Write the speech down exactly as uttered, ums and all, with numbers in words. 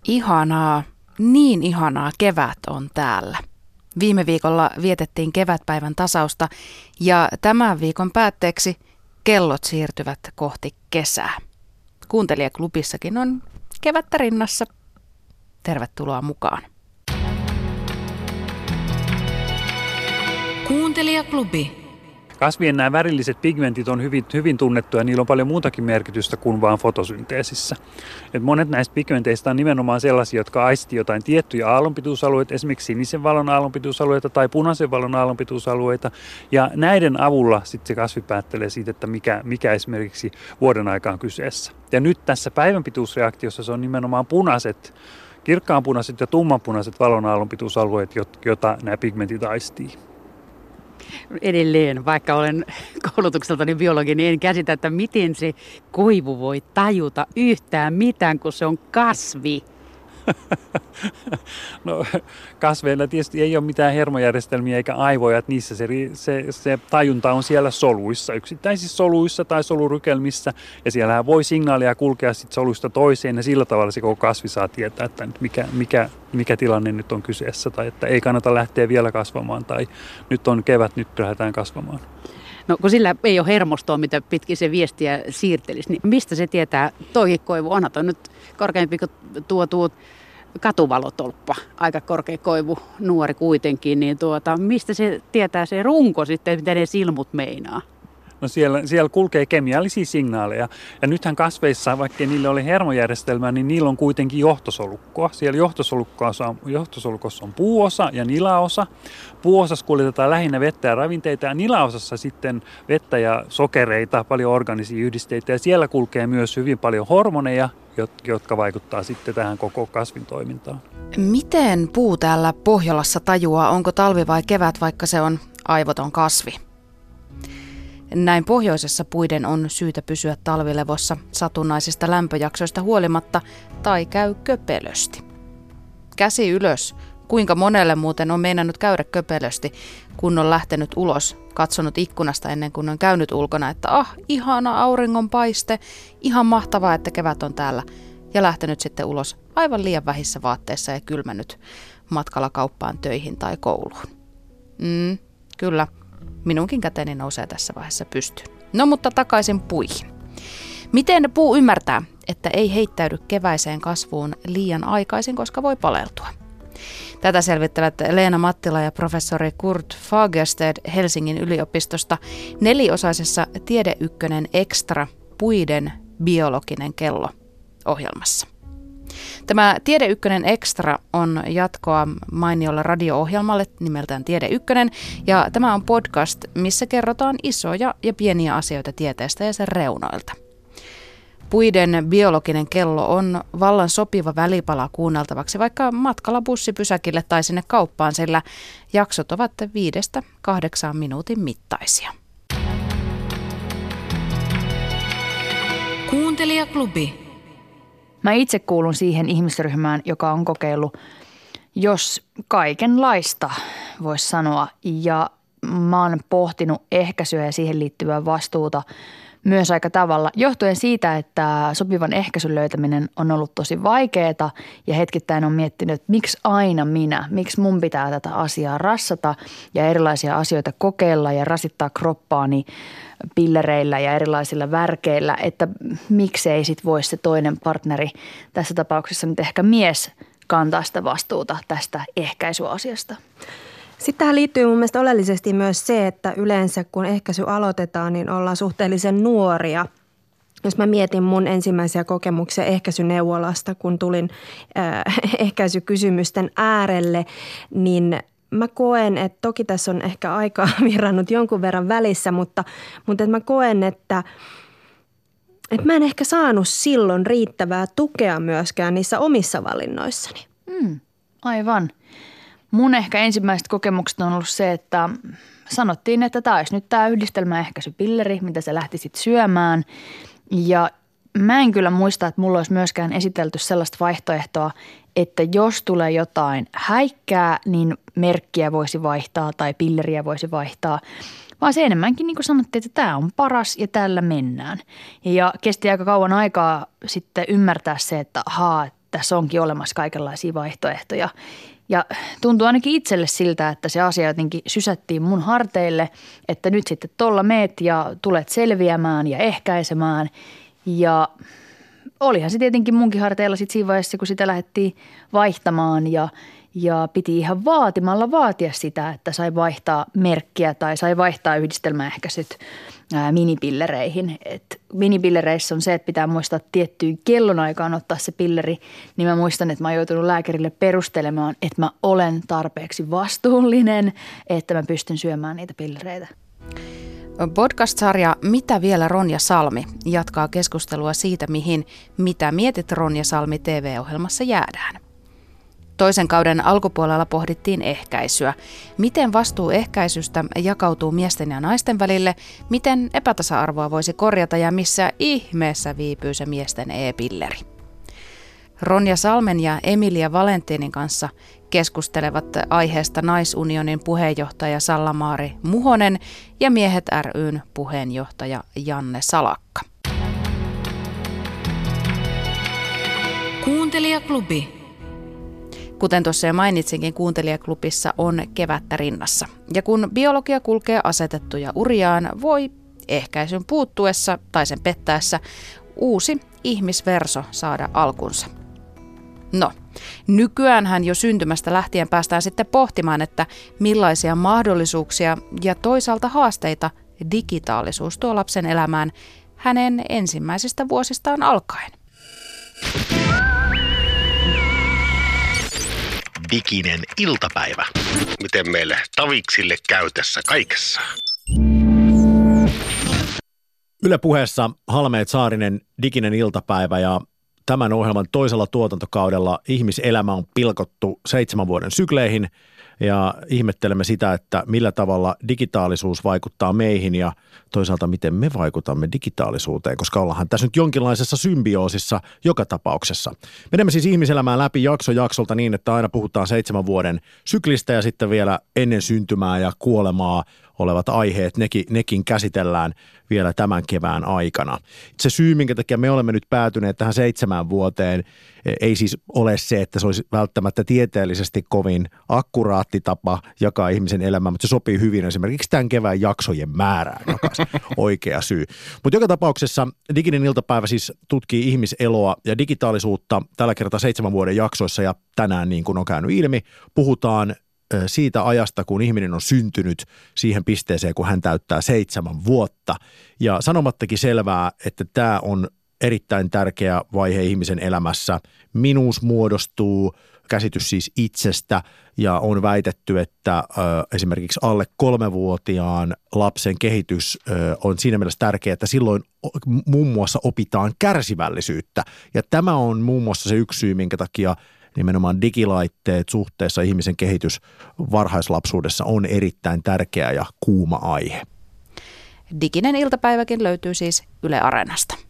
Ihanaa, niin ihanaa kevät on täällä. Viime viikolla vietettiin kevätpäivän tasausta ja tämän viikon päätteeksi kellot siirtyvät kohti kesää. Kuuntelijaklubissakin on kevättä rinnassa. Tervetuloa mukaan. Kuuntelijaklubi. Kasvien nämä värilliset pigmentit on hyvin, hyvin tunnettuja ja niillä on paljon muutakin merkitystä kuin vain fotosynteesissä. Et monet näistä pigmenteistä on nimenomaan sellaisia, jotka aistii jotain tiettyjä aallonpituusalueita, esimerkiksi sinisen valon aallonpituusalueita tai punaisen valon aallonpituusalueita. Ja näiden avulla sitten se kasvi päättelee siitä, että mikä, mikä esimerkiksi vuoden aika on kyseessä. Ja nyt tässä päivänpituusreaktiossa se on nimenomaan punaiset, kirkkaanpunaiset ja tummanpunaiset valon aallonpituusalueet, joita nämä pigmentit aistii. Edelleen, vaikka olen koulutukseltani biologi, niin en käsitä, että miten se koivu voi tajuta yhtään mitään, kun se on kasvi. No kasveilla tietysti ei ole mitään hermojärjestelmiä eikä aivoja, että niissä se, se, se tajunta on siellä soluissa, yksittäisissä soluissa tai solurykelmissä. Ja siellähän voi signaalia kulkea sit soluista toiseen ja sillä tavalla se koko kasvi saa tietää, että mikä, mikä, mikä tilanne nyt on kyseessä. Tai että ei kannata lähteä vielä kasvamaan tai nyt on kevät, nyt lähdetään kasvamaan. No kun sillä ei ole hermostoa, mitä pitkin se viestiä siirtelisi, niin mistä se tietää toikin koivu? Onhan toi nyt korkeampi kuin tuo, tuo katuvalotolppa, aika korkea koivu, nuori kuitenkin, niin tuota, mistä se tietää se runko sitten, mitä ne silmut meinaa? No siellä, siellä kulkee kemiallisia signaaleja ja nythän kasveissa, vaikka niille oli hermojärjestelmää, niin niillä on kuitenkin johtosolukkoa. Siellä johtosolukossa on, johtosolukossa on puuosa ja nilaosa. Puuosassa kuljetetaan lähinnä vettä ja ravinteita ja nilaosassa sitten vettä ja sokereita, paljon organisia yhdisteitä ja siellä kulkee myös hyvin paljon hormoneja, jotka vaikuttaa sitten tähän koko kasvin toimintaan. Miten puu täällä Pohjolassa tajuaa, onko talvi vai kevät, vaikka se on aivoton kasvi? Näin pohjoisessa puiden on syytä pysyä talvilevossa satunnaisista lämpöjaksoista huolimatta tai käy köpelösti. Käsi ylös, kuinka monelle muuten on meinannut käydä köpelösti, kun on lähtenyt ulos, katsonut ikkunasta ennen kuin on käynyt ulkona, että ah, ihana auringonpaiste, ihan mahtavaa, että kevät on täällä, ja lähtenyt sitten ulos aivan liian vähissä vaatteissa ja kylmännyt matkalla kauppaan, töihin tai kouluun. Mm, kyllä. Minunkin käteni nousee tässä vaiheessa pystyyn. No mutta takaisin puihin. Miten puu ymmärtää, että ei heittäydy keväiseen kasvuun liian aikaisin, koska voi paleltua? Tätä selvittävät Leena Mattila ja professori Kurt Fagersted Helsingin yliopistosta neliosaisessa Tiede Ykkönen Extra puiden biologinen kello -ohjelmassa. Tämä Tiede Ykkönen Extra on jatkoa mainiolle radio-ohjelmalle nimeltään Tiede Ykkönen, ja tämä on podcast, missä kerrotaan isoja ja pieniä asioita tieteestä ja sen reunoilta. Puiden biologinen kello on vallan sopiva välipala kuunneltavaksi vaikka matkalla bussipysäkille tai sinne kauppaan, sillä jaksot ovat viidestä kahdeksaan minuutin mittaisia. Kuuntelijaklubi. Mä itse kuulun siihen ihmisryhmään, joka on kokeillut, jos kaikenlaista voisi sanoa. Ja mä oon pohtinut ehkäisyä ja siihen liittyvää vastuuta myös aika tavalla. Johtuen siitä, että sopivan ehkäisyn löytäminen on ollut tosi vaikeaa ja hetkittäin on miettinyt, että miksi aina minä, miksi mun pitää tätä asiaa rassata ja erilaisia asioita kokeilla ja rasittaa kroppaani pillereillä ja erilaisilla värkeillä, että miksei sit voi se toinen partneri, tässä tapauksessa nyt ehkä mies, kantaa sitä vastuuta tästä ehkäisyasiasta. Sitten tähän liittyy mun mielestä oleellisesti myös se, että yleensä kun ehkäisy aloitetaan, niin ollaan suhteellisen nuoria. Jos mä mietin mun ensimmäisiä kokemuksia ehkäisyneuvolasta, kun tulin äh, ehkäisykysymysten äärelle, niin mä koen, että toki tässä on ehkä aikaa virrannut jonkun verran välissä, mutta, mutta että mä koen, että, että mä en ehkä saanut silloin riittävää tukea myöskään niissä omissa valinnoissani. Mm, aivan. Mun ehkä ensimmäiset kokemukset on ollut se, että sanottiin, että tämä olisi nyt tämä yhdistelmäehkäisypilleri, mitä sä lähtisit syömään. Ja mä en kyllä muista, että mulla olisi myöskään esitelty sellaista vaihtoehtoa, että jos tulee jotain häikkää, niin merkkiä voisi vaihtaa tai pilleriä voisi vaihtaa. Vaan se enemmänkin niin kuin sanottiin, että tämä on paras ja tällä mennään. Ja kesti aika kauan aikaa sitten ymmärtää se, että ahaa, tässä onkin olemassa kaikenlaisia vaihtoehtoja. Ja tuntuu ainakin itselle siltä, että se asia jotenkin sysättiin mun harteille, että nyt sitten tuolla meet ja tulet selviämään ja ehkäisemään. Ja olihan se tietenkin munkin harteilla sitten siinä vaiheessa, kun sitä lähdettiin vaihtamaan ja, ja piti ihan vaatimalla vaatia sitä, että sai vaihtaa merkkiä tai sai vaihtaa yhdistelmäehkäisyt ää, minipillereihin. Et minipillereissä on se, että pitää muistaa tiettyyn kellonaikaan ottaa se pilleri, niin mä muistan, että mä oon joutunut lääkärille perustelemaan, että mä olen tarpeeksi vastuullinen, että mä pystyn syömään niitä pillereitä. Podcast-sarja Mitä vielä Ronja Salmi jatkaa keskustelua siitä, mihin Mitä mietit Ronja Salmi T V-ohjelmassa jäädään. Toisen kauden alkupuolella pohdittiin ehkäisyä. Miten vastuu ehkäisystä jakautuu miesten ja naisten välille, miten epätasa-arvoa voisi korjata ja missä ihmeessä viipyy se miesten e-pilleri. Ronja Salmen ja Emilia Valentinin kanssa keskustelevat aiheesta Naisunionin puheenjohtaja Salla-Maari Muhonen ja Miehet ry:n puheenjohtaja Janne Salakka. Kuuntelijaklubi. Kuten tuossa jo mainitsinkin, Kuuntelijaklubissa on kevättä rinnassa. Ja kun biologia kulkee asetettuja uriaan, voi ehkäisyn puuttuessa tai sen pettäessä uusi ihmisverso saada alkunsa. No, nykyäänhän jo syntymästä lähtien päästään sitten pohtimaan, että millaisia mahdollisuuksia ja toisaalta haasteita digitaalisuus tuo lapsen elämään hänen ensimmäisistä vuosistaan alkaen. Diginen iltapäivä. Miten meille taviksille käy tässä kaikessa? Yle Puheessa Halmeet Saarinen, Diginen iltapäivä, ja tämän ohjelman toisella tuotantokaudella ihmiselämä on pilkottu seitsemän vuoden sykleihin ja ihmettelemme sitä, että millä tavalla digitaalisuus vaikuttaa meihin ja toisaalta miten me vaikutamme digitaalisuuteen, koska ollaanhan tässä nyt jonkinlaisessa symbioosissa joka tapauksessa. Menemme siis ihmiselämään läpi jakso jaksolta niin, että aina puhutaan seitsemän vuoden syklistä ja sitten vielä ennen syntymää ja kuolemaa olevat aiheet, nekin, nekin käsitellään vielä tämän kevään aikana. Se syy, minkä takia me olemme nyt päätyneet tähän seitsemään vuoteen, ei siis ole se, että se olisi välttämättä tieteellisesti kovin akkuraatti tapa jakaa ihmisen elämää, mutta se sopii hyvin esimerkiksi tämän kevään jaksojen määrään, joka on oikea syy. Mutta joka tapauksessa Diginen iltapäivä siis tutkii ihmiseloa ja digitaalisuutta tällä kertaa seitsemän vuoden jaksoissa, ja tänään, niin kuin on käynyt ilmi, puhutaan siitä ajasta, kun ihminen on syntynyt siihen pisteeseen, kun hän täyttää seitsemän vuotta. Ja sanomattakin selvää, että tämä on erittäin tärkeä vaihe ihmisen elämässä. Minuus muodostuu, käsitys siis itsestä, ja on väitetty, että ö, esimerkiksi alle kolmevuotiaan lapsen kehitys ö, on siinä mielessä tärkeää, että silloin muun muassa opitaan kärsivällisyyttä. Ja tämä on muun muassa se yksi syy, minkä takia nimenomaan digilaitteet suhteessa ihmisen kehitys varhaislapsuudessa on erittäin tärkeä ja kuuma aihe. Diginen iltapäiväkin löytyy siis Yle Areenasta.